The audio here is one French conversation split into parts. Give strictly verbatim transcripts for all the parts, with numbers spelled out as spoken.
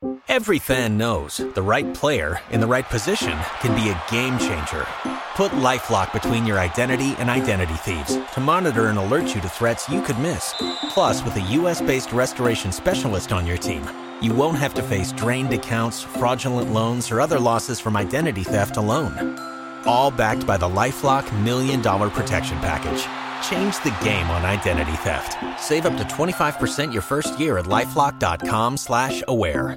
Every fan knows the right player in the right position can be a game changer. Put LifeLock between your identity and identity thieves to monitor and alert you to threats you could miss. Plus, with a U S-based restoration specialist on your team, you won't have to face drained accounts, fraudulent loans, or other losses from identity theft alone. All backed by the LifeLock Million Dollar Protection Package. Change the game on identity theft. Save up to twenty-five percent your first year at LifeLock.com slash aware.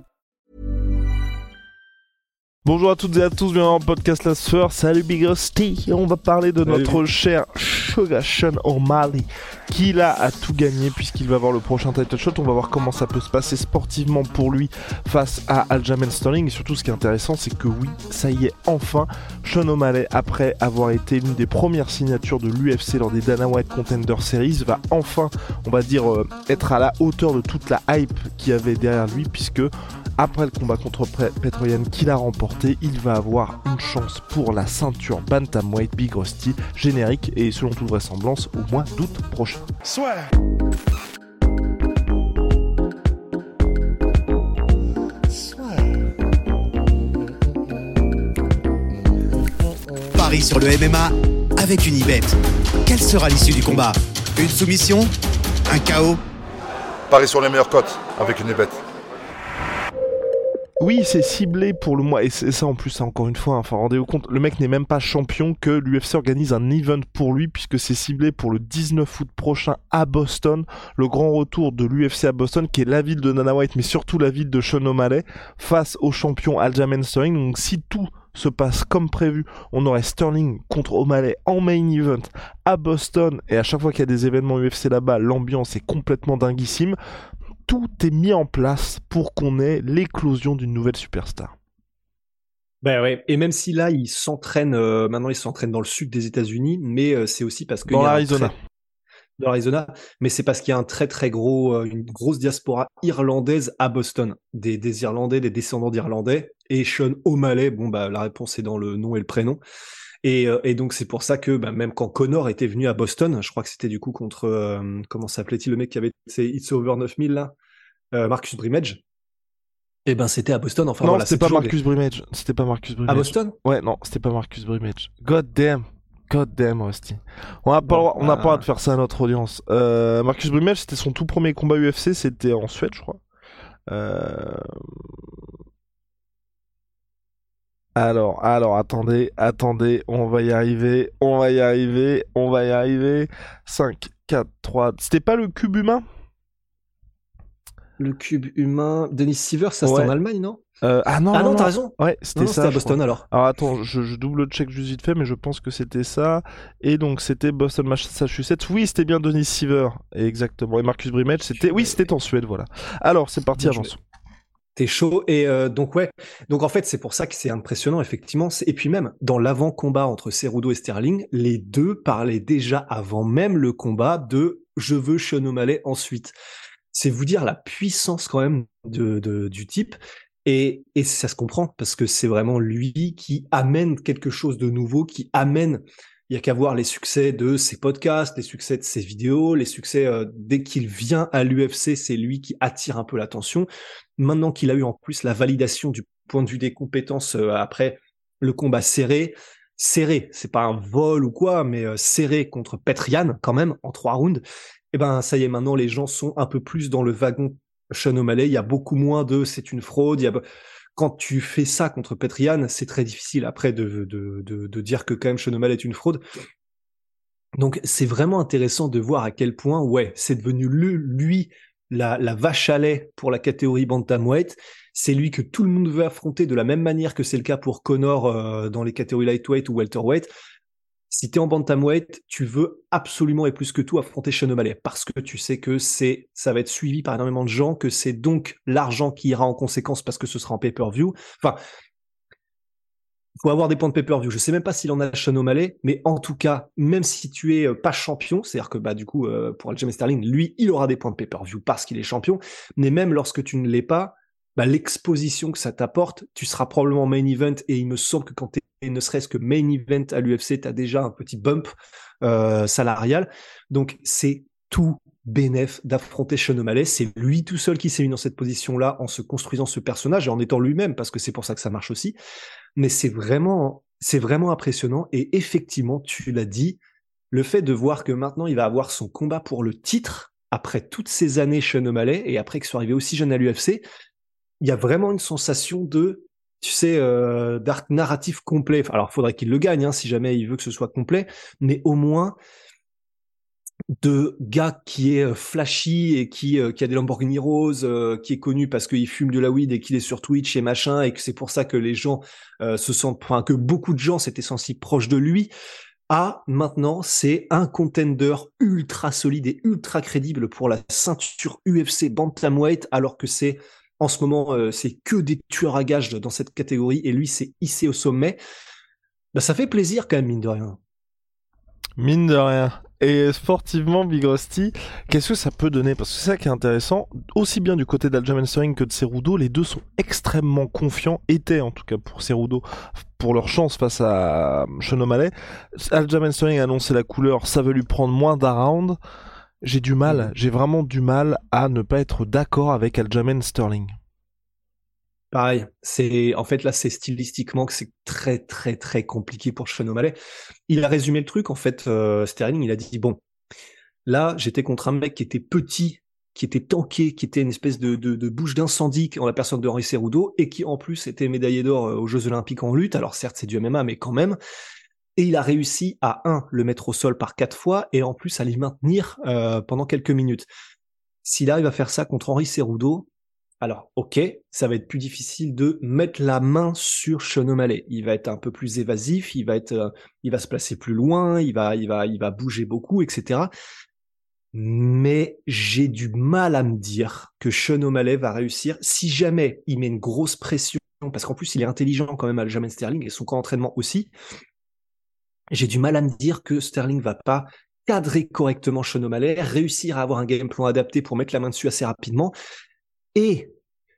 Bonjour à toutes et à tous, bienvenue dans le podcast La Sueur. Salut Big Rusty. Et on va parler de Salut. notre cher Sugar Sean O'Malley, qui là a tout gagné puisqu'il va avoir le prochain title shot. On va voir comment ça peut se passer sportivement pour lui face à Aljamain Sterling. Et surtout, ce qui est intéressant, c'est que oui, ça y est, enfin, Sean O'Malley, après avoir été l'une des premières signatures de l'U F C lors des Dana White Contender Series, va enfin, on va dire, euh, être à la hauteur de toute la hype qu'il y avait derrière lui, puisque après le combat contre Petr Yan qu'il a remporté, il va avoir une chance pour la ceinture Bantamweight. Big Rusty, générique et selon toute vraisemblance au mois d'août prochain. Soit. Paris sur le M M A avec Unibet. Quelle sera l'issue du combat? Une soumission? Un K O? Paris sur les meilleures cotes avec Unibet. Oui, c'est ciblé pour le mois, et c'est ça en plus, encore une fois, enfin rendez-vous compte, le mec n'est même pas champion, que l'U F C organise un event pour lui, puisque c'est ciblé pour le dix-neuf août prochain à Boston, le grand retour de l'U F C à Boston, qui est la ville de Dana White, mais surtout la ville de Sean O'Malley, face au champion Aljamain Sterling. Donc si tout se passe comme prévu, on aurait Sterling contre O'Malley en main event à Boston, et à chaque fois qu'il y a des événements U F C là-bas, l'ambiance est complètement dinguissime. Tout est mis en place pour qu'on ait l'éclosion d'une nouvelle superstar. Ben ouais, et même si là, il s'entraîne, euh, maintenant il s'entraîne dans le sud des États-Unis, mais euh, c'est aussi parce que Dans il y a l'Arizona. un très... Dans l'Arizona, mais c'est parce qu'il y a un très très gros, euh, une grosse diaspora irlandaise à Boston, des, des Irlandais, des descendants d'Irlandais, et Sean O'Malley, bon bah la réponse est dans le nom et le prénom. Et, euh, et donc c'est pour ça que bah, même quand Conor était venu à Boston, je crois que c'était du coup contre, euh, comment s'appelait-il le mec qui avait, c'est It's Over neuf mille là, euh, Marcus Brimage. Et ben c'était à Boston, enfin non, voilà. c'était pas toujours Marcus des... Brimage. C'était pas Marcus Brimage. À Boston? Ouais, non, c'était pas Marcus Brimage. God damn. God damn, Rusty. On n'a pas, Bon, on n'a euh... pas le droit de faire ça à notre audience. Euh, Marcus Brimage, c'était son tout premier combat U F C, c'était en Suède, je crois. Euh... Alors, alors, attendez, attendez, on va y arriver, on va y arriver, on va y arriver. cinq, quatre, trois... C'était pas le cube humain? Le cube humain, Denis Siver, ça Ouais. c'était en Allemagne, non? euh, Ah non, Ah non, non, non. t'as raison. Ouais, c'était Non, non, ça. c'était à je Boston crois. alors. Alors attends, je, je double check juste vite fait, mais je pense que c'était ça. Et donc c'était Boston, Massachusetts. Oui, c'était bien Denis Siver, exactement. Et Marcus Brimage, c'était, oui, c'était en Suède, voilà. Alors c'est parti, Bien joué. avançons. T'es chaud. Et euh, donc ouais, donc en fait c'est pour ça que c'est impressionnant effectivement. Et puis même dans l'avant-combat entre Cerudo et Sterling, les deux parlaient déjà avant même le combat de je veux Sean O'Malley ensuite. C'est vous dire la puissance quand même de, de du type. Et, et ça se comprend parce que c'est vraiment lui qui amène quelque chose de nouveau, qui amène. Il y a qu'à voir les succès de ses podcasts, les succès de ses vidéos, les succès euh, dès qu'il vient à l'U F C, c'est lui qui attire un peu l'attention. Maintenant qu'il a eu en plus la validation du point de vue des compétences euh, après le combat serré, serré, c'est pas un vol ou quoi, mais euh, serré contre Petr Yan quand même en trois rounds. Et ben ça y est, maintenant les gens sont un peu plus dans le wagon Sean O'Malley. Il y a beaucoup moins de c'est une fraude. Il y a quand tu fais ça contre Petr Yan, c'est très difficile après de, de, de, de dire que quand même Sean O'Malley est une fraude. Donc c'est vraiment intéressant de voir à quel point, ouais, c'est devenu lui, lui la, la vache à lait pour la catégorie bantamweight. C'est lui que tout le monde veut affronter de la même manière que c'est le cas pour Conor euh, dans les catégories lightweight ou welterweight. Si t'es en bantamweight, tu veux absolument et plus que tout affronter Sean O'Malley parce que tu sais que c'est, ça va être suivi par énormément de gens, que c'est donc l'argent qui ira en conséquence parce que ce sera en pay-per-view. Enfin, il faut avoir des points de pay-per-view. Je sais même pas s'il en a Sean O'Malley, mais en tout cas, même si tu es pas champion, c'est-à-dire que bah du coup euh, pour Aljamain Sterling, lui, il aura des points de pay-per-view parce qu'il est champion. Mais même lorsque tu ne l'es pas, bah, l'exposition que ça t'apporte, tu seras probablement main event, et il me semble que quand tu es ne serait-ce que main event à l'U F C, tu as déjà un petit bump euh, salarial. Donc c'est tout bénef d'affronter Sean O'Malley. C'est lui tout seul qui s'est mis dans cette position-là en se construisant ce personnage et en étant lui-même, parce que c'est pour ça que ça marche aussi. Mais c'est vraiment, c'est vraiment impressionnant. Et effectivement, tu l'as dit, le fait de voir que maintenant il va avoir son combat pour le titre après toutes ces années Sean O'Malley et après qu'il soit arrivé aussi jeune à l'U F C, il y a vraiment une sensation de, tu sais, euh, d'arc narratif complet. Enfin, alors, il faudrait qu'il le gagne, hein, si jamais il veut que ce soit complet, mais au moins de gars qui est flashy et qui, euh, qui a des Lamborghini roses, euh, qui est connu parce qu'il fume de la weed et qu'il est sur Twitch et machin, et que c'est pour ça que les gens euh, se sentent, enfin, que beaucoup de gens s'étaient sentis proches de lui, à maintenant, c'est un contender ultra solide et ultra crédible pour la ceinture U F C Bantamweight, alors que c'est, en ce moment, euh, c'est que des tueurs à gages dans cette catégorie, et lui, c'est hissé au sommet. Bah, ça fait plaisir quand même, mine de rien. Mine de rien. Et sportivement, Big Rusty, qu'est-ce que ça peut donner? Parce que c'est ça qui est intéressant, aussi bien du côté d'Aljamain Sterling que de Cerudo, les deux sont extrêmement confiants, étaient en tout cas pour Cerudo, pour leur chance face à Sean O'Malley. Aljamain Sterling a annoncé la couleur, ça veut lui prendre moins d'un round. J'ai du mal, j'ai vraiment du mal à ne pas être d'accord avec Aljamain Sterling. Pareil, c'est en fait là c'est stylistiquement que c'est très très très compliqué pour Sean O'Malley. Il a résumé le truc en fait, euh, Sterling, il a dit bon, là j'étais contre un mec qui était petit, qui était tanké, qui était une espèce de, de, de bouche d'incendie en la personne de Henry Cerudo et qui en plus était médaillé d'or aux Jeux Olympiques en lutte. Alors certes c'est du M M A mais quand même. Et il a réussi à un le mettre au sol par quatre fois et en plus à l'y maintenir euh, pendant quelques minutes. S'il arrive à faire ça contre Henry Cerudo, alors, ok, ça va être plus difficile de mettre la main sur Sean O'Malley. Il va être un peu plus évasif, il va être, euh, il va se placer plus loin, il va, il va, il va bouger beaucoup, et cetera. Mais j'ai du mal à me dire que Sean O'Malley va réussir si jamais il met une grosse pression, parce qu'en plus il est intelligent quand même, Aljamain Sterling, et son camp d'entraînement aussi. J'ai du mal à me dire que Sterling va pas cadrer correctement Sean O'Malley, réussir à avoir un game plan adapté pour mettre la main dessus assez rapidement. Et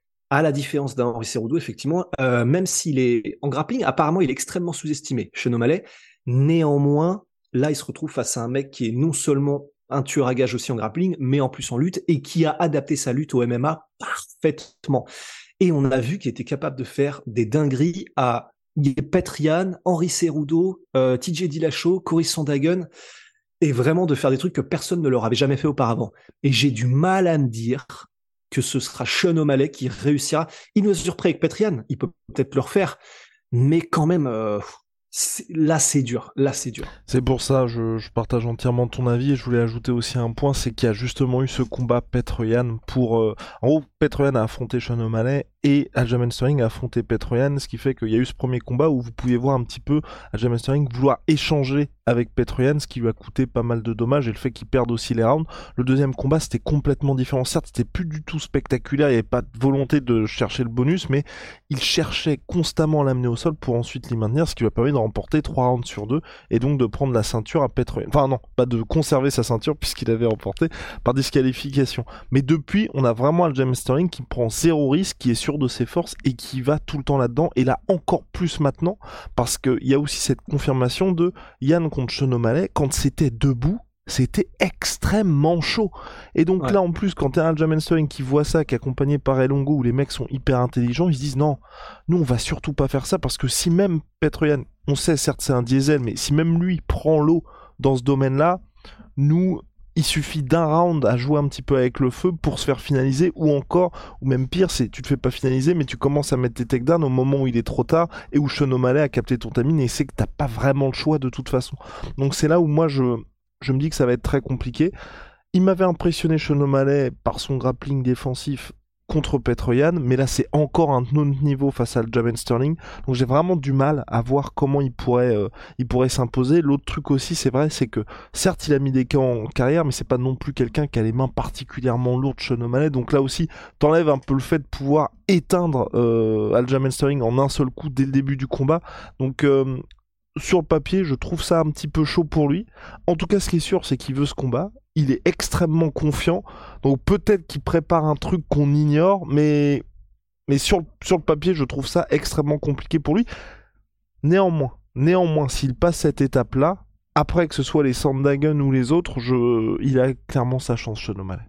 à la différence d'un Henry Cerudo, effectivement, euh, même s'il est en grappling, apparemment il est extrêmement sous-estimé, Sean O'Malley. Néanmoins, là il se retrouve face à un mec qui est non seulement un tueur à gages aussi en grappling, mais en plus en lutte, et qui a adapté sa lutte au M M A parfaitement. Et on a vu qu'il était capable de faire des dingueries à Petr Yan, Henry Cerudo, euh, T J Dillashaw, Cory Sandhagen, et vraiment de faire des trucs que personne ne leur avait jamais fait auparavant. Et j'ai du mal à me dire que ce sera Sean O'Malley qui réussira. Il nous a surpris avec Petr Yan, il peut peut-être le refaire, mais quand même, euh, c'est, là c'est dur, là c'est dur. C'est pour ça, je, je partage entièrement ton avis, et je voulais ajouter aussi un point, c'est qu'il y a justement eu ce combat Petr Yan pour... Euh, en gros, Petr Yan a affronté Sean O'Malley, et Aljamain Sterling a affronté Petr Yan, ce qui fait qu'il y a eu ce premier combat où vous pouviez voir un petit peu Aljamain Sterling vouloir échanger avec Petr Yan, ce qui lui a coûté pas mal de dommages, et le fait qu'il perde aussi les rounds. Le deuxième combat, c'était complètement différent. Certes, c'était plus du tout spectaculaire, il n'y avait pas de volonté de chercher le bonus, mais il cherchait constamment à l'amener au sol pour ensuite l'y maintenir, ce qui lui a permis de remporter trois rounds sur deux, et donc de prendre la ceinture à Petr Yan. Enfin non, pas de conserver sa ceinture, puisqu'il avait remporté par disqualification. Mais depuis, on a vraiment Aljamain Sterling qui prend zéro risque, qui est sûr de ses forces et qui va tout le temps là-dedans, et là encore plus maintenant, parce qu'il y a aussi cette confirmation de Yan contre Sean O'Malley, quand c'était debout, c'était extrêmement chaud. Et donc ouais. Là en plus, quand t'es un Aljamain Sterling qui voit ça, qui est accompagné par El Hongo, où les mecs sont hyper intelligents, ils se disent non, nous on va surtout pas faire ça, parce que si même Petr Yan, on sait certes c'est un diesel, mais si même lui prend l'eau dans ce domaine-là, nous... il suffit d'un round à jouer un petit peu avec le feu pour se faire finaliser, ou encore, ou même pire, c'est tu te fais pas finaliser, mais tu commences à mettre tes takedowns au moment où il est trop tard, et où Sean O'Malley a capté ton timing, et c'est que t'as pas vraiment le choix de toute façon. Donc c'est là où moi je, je me dis que ça va être très compliqué. Il m'avait impressionné Sean O'Malley par son grappling défensif contre Petr Yan, mais là c'est encore un autre niveau face à Aljamain Sterling, donc j'ai vraiment du mal à voir comment il pourrait euh, il pourrait s'imposer. L'autre truc aussi, c'est vrai, c'est que certes il a mis des cas en carrière, mais c'est pas non plus quelqu'un qui a les mains particulièrement lourdes, Sean O'Malley, donc là aussi t'enlèves un peu le fait de pouvoir éteindre euh, Aljamain Sterling en un seul coup dès le début du combat, donc euh, sur le papier, je trouve ça un petit peu chaud pour lui. En tout cas, ce qui est sûr, c'est qu'il veut ce combat. Il est extrêmement confiant. Donc peut-être qu'il prépare un truc qu'on ignore, mais, mais sur, sur le papier, je trouve ça extrêmement compliqué pour lui. Néanmoins, néanmoins, s'il passe cette étape-là, après que ce soit les Sandhagen ou les autres, je... il a clairement sa chance, Sean O'Malley.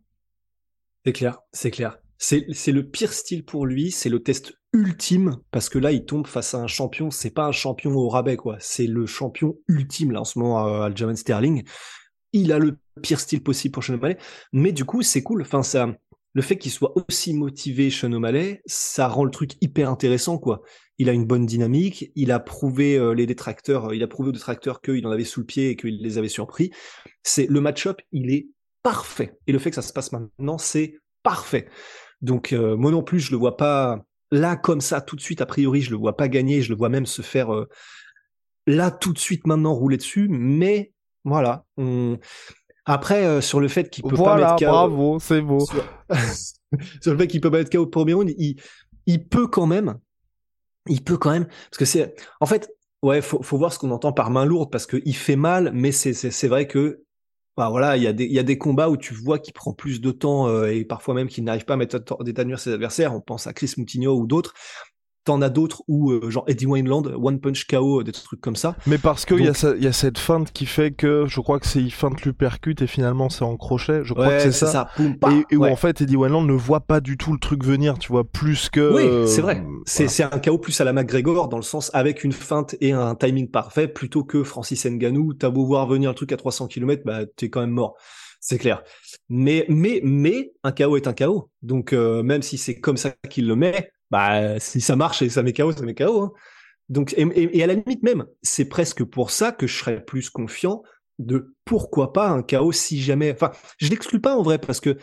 C'est clair, c'est clair. C'est, c'est le pire style pour lui, c'est le test ultime, parce que là, il tombe face à un champion, c'est pas un champion au rabais, quoi. C'est le champion ultime, là, en ce moment, euh, Aljamain Sterling. Il a le pire style possible pour Sean O'Malley, mais du coup, c'est cool. Enfin, ça, le fait qu'il soit aussi motivé, Sean O'Malley, ça rend le truc hyper intéressant, quoi. Il a une bonne dynamique, il a prouvé euh, les détracteurs, il a prouvé aux détracteurs qu'il en avait sous le pied et qu'il les avait surpris. C'est, le match-up, il est parfait. Et le fait que ça se passe maintenant, c'est parfait. Donc, euh, moi non plus, je le vois pas là, comme ça, tout de suite, a priori, je le vois pas gagner, je le vois même se faire euh, là, tout de suite, maintenant, rouler dessus, mais voilà. On... Après, euh, sur le fait qu'il peut voilà, pas mettre K O... bravo, c'est beau. Sur... sur le fait qu'il peut pas mettre K O au premier round, il, il peut quand même, il peut quand même, parce que c'est, en fait, ouais, faut, faut voir ce qu'on entend par main lourde, parce qu'il fait mal, mais c'est, c'est, c'est vrai que, bah voilà, il y a des, il y a des combats où tu vois qu'il prend plus de temps, euh, et parfois même qu'il n'arrive pas à mettre d'état de nuire ses adversaires, on pense à Chris Moutinho ou d'autres. T'en as d'autres où, euh, genre Eddie Wineland, One Punch K O, des trucs comme ça. Mais parce qu'il Donc... y, y a cette feinte qui fait que, je crois que c'est il feinte l'uppercut et finalement c'est en crochet, je crois ouais, que c'est, c'est ça. ça. Boum, bah, et et où ouais. en fait Eddie Wineland ne voit pas du tout le truc venir, tu vois, plus que... Oui, c'est vrai. Euh, c'est, voilà. c'est un K O plus à la McGregor, dans le sens avec une feinte et un timing parfait, plutôt que Francis Ngannou. T'as beau voir venir le truc à trois cents kilomètres, bah t'es quand même mort. C'est clair. Mais, mais, mais, un K O est un K O. Donc, euh, même si c'est comme ça qu'il le met, bah, si ça marche et ça met K O, ça met K O, hein. Donc, et, et, et à la limite même, c'est presque pour ça que je serais plus confiant de pourquoi pas un K O si jamais, enfin, je l'exclus pas en vrai, parce que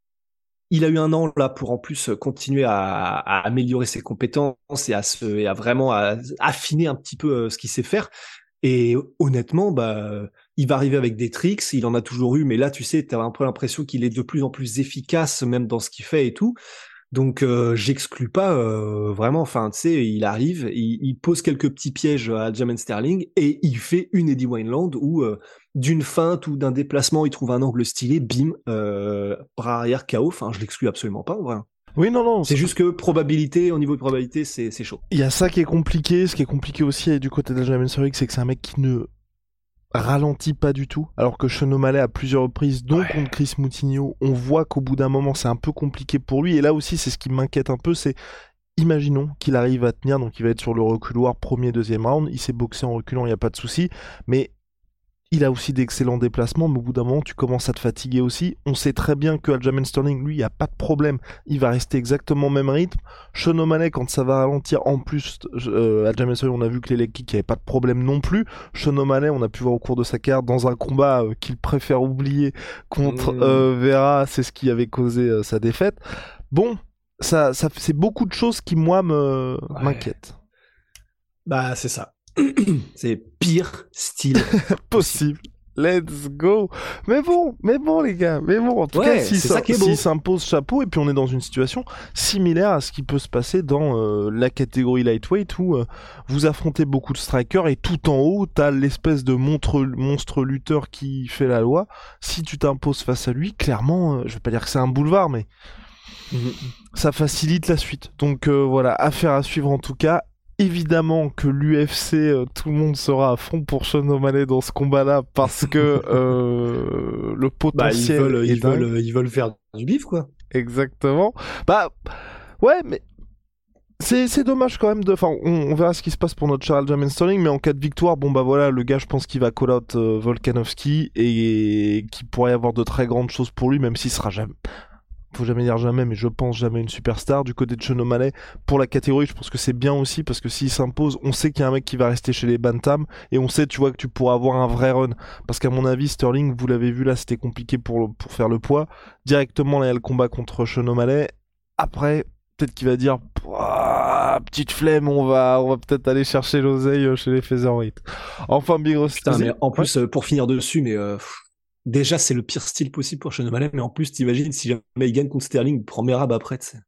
il a eu un an là pour en plus continuer à, à améliorer ses compétences et à se, et à vraiment à affiner un petit peu euh, ce qu'il sait faire. Et honnêtement, bah, il va arriver avec des tricks, il en a toujours eu, mais là, tu sais, t'as un peu l'impression qu'il est de plus en plus efficace, même dans ce qu'il fait et tout. Donc, euh, j'exclus pas euh, vraiment. Enfin, tu sais, il arrive, il, il pose quelques petits pièges à Aljamain Sterling et il fait une Eddie Wineland où, euh, d'une feinte ou d'un déplacement, il trouve un angle stylé, bim, euh, bras arrière K O. Enfin, je l'exclus absolument pas, en vrai. Oui, non, non. C'est, c'est juste que probabilité, au niveau de probabilité, c'est, c'est chaud. Il y a ça qui est compliqué. Ce qui est compliqué aussi du côté d'Aljamain Sterling, c'est que c'est un mec qui ne ralentit pas du tout, alors que Sean O'Malley à plusieurs reprises, dont ouais. contre Chris Moutinho, on voit qu'au bout d'un moment c'est un peu compliqué pour lui, et là aussi c'est ce qui m'inquiète un peu, c'est imaginons qu'il arrive à tenir, donc il va être sur le reculoir premier, deuxième round, il s'est boxé en reculant, il n'y a pas de souci, mais il a aussi d'excellents déplacements, mais au bout d'un moment tu commences à te fatiguer aussi. On sait très bien que Aljamain Sterling, lui, il n'y a pas de problème, il va rester exactement au même rythme. Sean O'Malley, quand ça va ralentir, en plus, euh, Aljamain Sterling, on a vu que les leg kicks, il n'y avait pas de problème non plus. Sean O'Malley, on a pu voir au cours de sa carrière, dans un combat euh, qu'il préfère oublier contre mmh. euh, Vera, c'est ce qui avait causé euh, sa défaite. Bon, ça, ça, c'est beaucoup de choses qui, moi, me, ouais. m'inquiètent. Bah, c'est ça. C'est pire style possible. Let's go. Mais bon, mais bon les gars, mais bon, en tout ouais, cas, s'il ça, si s'impose, chapeau, et puis on est dans une situation similaire à ce qui peut se passer dans euh, la catégorie lightweight où euh, vous affrontez beaucoup de strikers et tout en haut, t'as l'espèce de monstre, monstre lutteur qui fait la loi. Si tu t'imposes face à lui, clairement, euh, je vais pas dire que c'est un boulevard, mais mm-hmm. ça facilite la suite. Donc euh, voilà, affaire à suivre en tout cas. Évidemment que l'U F C, euh, tout le monde sera à fond pour Sean O'Malley dans ce combat-là parce que euh, le potentiel bah, ils veulent, est ils veulent, ils veulent faire du bif, quoi. Exactement. Bah, ouais, mais c'est, c'est dommage quand même de... Enfin, on, on verra ce qui se passe pour notre cher Aljamain Sterling, mais en cas de victoire, bon bah voilà, le gars, je pense qu'il va call-out euh, Volkanovski et qu'il pourrait y avoir de très grandes choses pour lui, même s'il sera jamais... faut jamais dire jamais, mais je pense jamais une superstar. Du côté de Sean O'Malley, pour la catégorie, je pense que c'est bien aussi, parce que s'il s'impose, on sait qu'il y a un mec qui va rester chez les Bantam, et on sait, tu vois, que tu pourras avoir un vrai run. Parce qu'à mon avis, Sterling, vous l'avez vu là, c'était compliqué pour, pour faire le poids. Directement, là, il y a le combat contre Sean O'Malley. Après, peut-être qu'il va dire, petite flemme, on va, on va peut-être aller chercher l'oseille chez les featherweight. Enfin, Big Ross. Putain, mais en plus, ouais. pour finir dessus, mais... Euh... Déjà, c'est le pire style possible pour Sean O'Malley, mais en plus, t'imagines si jamais il gagne contre Sterling, il prend Merab après, tu sais.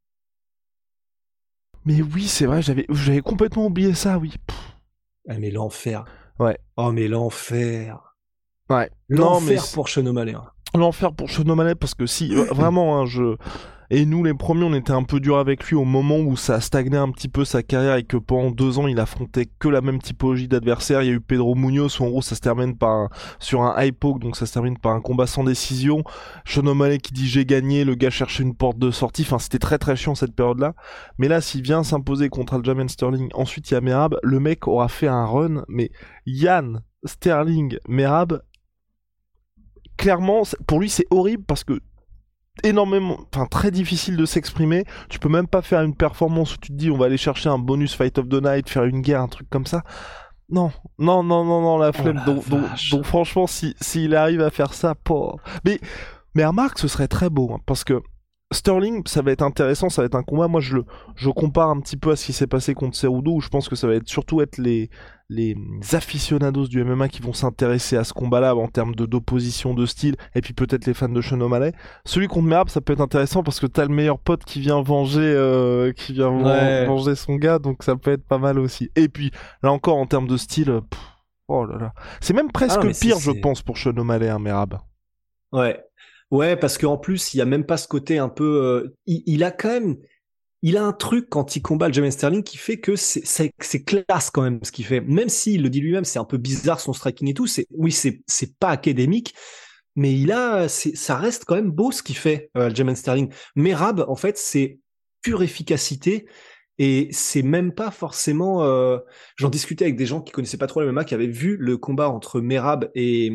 Mais oui, c'est vrai, j'avais, j'avais complètement oublié ça, oui. Ah, mais l'enfer. Ouais. Oh, mais l'enfer. Ouais. L'enfer non, mais pour Sean O'Malley. Hein. L'enfer pour Sean O'Malley, parce que si, vraiment, hein, je... Et nous, les premiers, on était un peu dur avec lui au moment où ça a stagné un petit peu sa carrière et que pendant deux ans, il affrontait que la même typologie d'adversaire. Il y a eu Pedro Munoz où en gros, ça se termine par un, sur un high poke, donc ça se termine par un combat sans décision. Sean O'Malley qui dit j'ai gagné, le gars cherchait une porte de sortie. Enfin, c'était très très chiant cette période-là. Mais là, s'il vient s'imposer contre Aljamain Sterling, ensuite il y a Merab, le mec aura fait un run, mais Yann, Sterling, Merab, clairement, pour lui, c'est horrible parce que énormément, enfin très difficile de s'exprimer. Tu peux même pas faire une performance où tu te dis on va aller chercher un bonus Fight of the Night, faire une guerre, un truc comme ça. Non, non, non, non, non, la flemme. Oh, la donc, donc, donc franchement, si s'il arrive à faire ça, pas. Mais mais remarque, ce serait très beau hein, parce que Sterling, ça va être intéressant, ça va être un combat. Moi, je le, je compare un petit peu à ce qui s'est passé contre Cerudo, où je pense que ça va être surtout être les, les aficionados du M M A qui vont s'intéresser à ce combat-là en termes de d'opposition de style, et puis peut-être les fans de Sean O'Malley. Celui contre Merab, ça peut être intéressant parce que t'as le meilleur pote qui vient venger, euh, qui vient ouais. venger son gars, donc ça peut être pas mal aussi. Et puis là encore en termes de style, pff, oh là là, c'est même presque ah non, pire, c'est, je c'est... pense, pour Sean O'Malley, hein, Merab. Ouais. Ouais, parce qu'en plus, il y a même pas ce côté un peu... Euh, il, il a quand même... Il a un truc quand il combat Aljamain Sterling qui fait que c'est, c'est, c'est classe quand même ce qu'il fait. Même s'il le dit lui-même, c'est un peu bizarre son striking et tout. C'est, oui, c'est, c'est pas académique, mais il a... C'est, ça reste quand même beau ce qu'il fait, euh, Aljamain Sterling. Merab, en fait, c'est pure efficacité. Et c'est même pas forcément... Euh... J'en discutais avec des gens qui connaissaient pas trop le M M A, qui avaient vu le combat entre Merab et...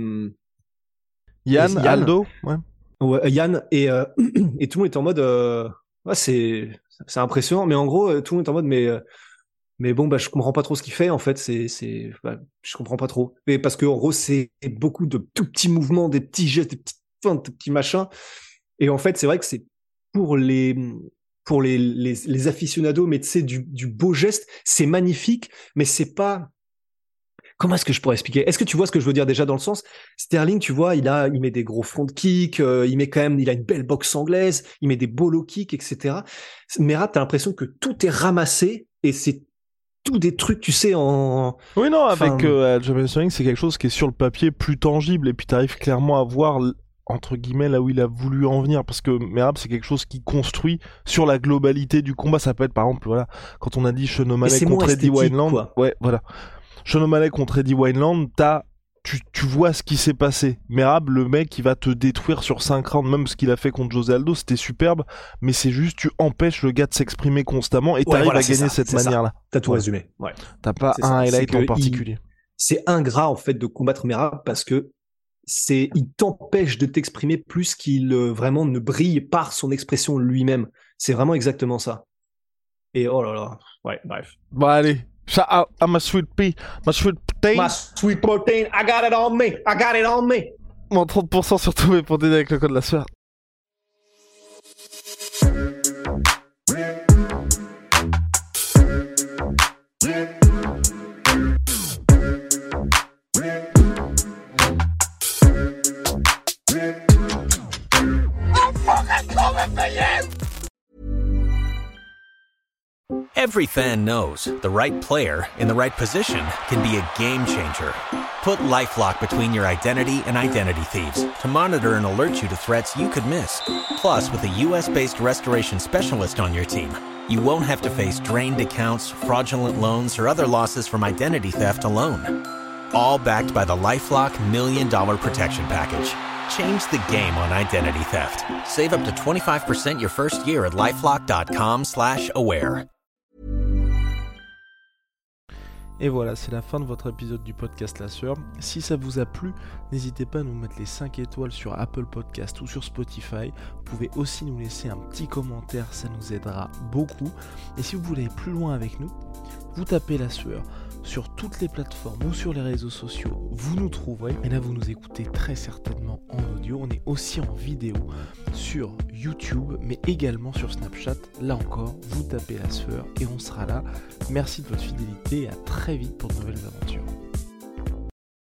Yann, et Yann Aldo, ouais. Ouais, Yann et euh, et tout le monde est en mode euh, ouais c'est c'est impressionnant, mais en gros tout le monde est en mode mais mais bon bah je comprends pas trop ce qu'il fait en fait, c'est c'est bah, je comprends pas trop, mais parce que en gros c'est beaucoup de tout petits mouvements, des petits gestes, des petites feintes, des petits machins, et en fait c'est vrai que c'est pour les pour les les, les aficionados, mais tu sais du du beau geste, c'est magnifique, mais c'est pas... Comment est-ce que je pourrais expliquer ? Est-ce que tu vois ce que je veux dire déjà dans le sens ? Sterling, tu vois, il a, il met des gros front kicks, euh, il met quand même, il a une belle boxe anglaise, il met des beaux low kicks, et cetera. Merab, t'as l'impression que tout est ramassé et c'est tout des trucs, tu sais, en... Oui, non, avec enfin... euh, Aljamain Sterling, c'est quelque chose qui est sur le papier plus tangible et puis t'arrives clairement à voir, entre guillemets, là où il a voulu en venir, parce que Merab, c'est quelque chose qui construit sur la globalité du combat. Ça peut être, par exemple, voilà, quand on a dit Sean O'Malley contre Eddie Wineland, ouais, voilà. Sean O'Malley contre Eddie Wineland, t'as, tu, tu vois ce qui s'est passé. Merab, le mec, il va te détruire sur cinq rounds, même ce qu'il a fait contre José Aldo, c'était superbe, mais c'est juste, tu empêches le gars de s'exprimer constamment et ouais, t'arrives voilà, à gagner ça, cette manière-là. Ça. T'as tout ouais. résumé. Ouais. T'as pas c'est un ça. highlight en particulier. Il... C'est ingrat, en fait, de combattre Merab parce que c'est, il t'empêche de t'exprimer plus qu'il euh, vraiment ne brille par son expression lui-même. C'est vraiment exactement ça. Et oh là là. Ouais, bref. Bon, allez. Shout out, I'm a sweet pea, my sweet protein. My sweet protein, I got it on me, I got it on me. Mon trente pour cent sur tous mes protéines avec le code de la sueur. Every fan knows the right player in the right position can be a game changer. Put LifeLock between your identity and identity thieves to monitor and alert you to threats you could miss. Plus, with a U S-based restoration specialist on your team, you won't have to face drained accounts, fraudulent loans, or other losses from identity theft alone. All backed by the LifeLock Million Dollar Protection Package. Change the game on identity theft. Save up to twenty-five percent your first year at LifeLock.com slash aware. Et voilà, c'est la fin de votre épisode du podcast La Sueur. Si ça vous a plu, n'hésitez pas à nous mettre les cinq étoiles sur Apple Podcast ou sur Spotify. Vous pouvez aussi nous laisser un petit commentaire, ça nous aidera beaucoup. Et si vous voulez aller plus loin avec nous, vous tapez La Sueur sur toutes les plateformes ou sur les réseaux sociaux, vous nous trouverez. Et là, vous nous écoutez très certainement en audio. On est aussi en vidéo sur YouTube, mais également sur Snapchat. Là encore, vous tapez La Sueur et on sera là. Merci de votre fidélité et à très vite pour de nouvelles aventures.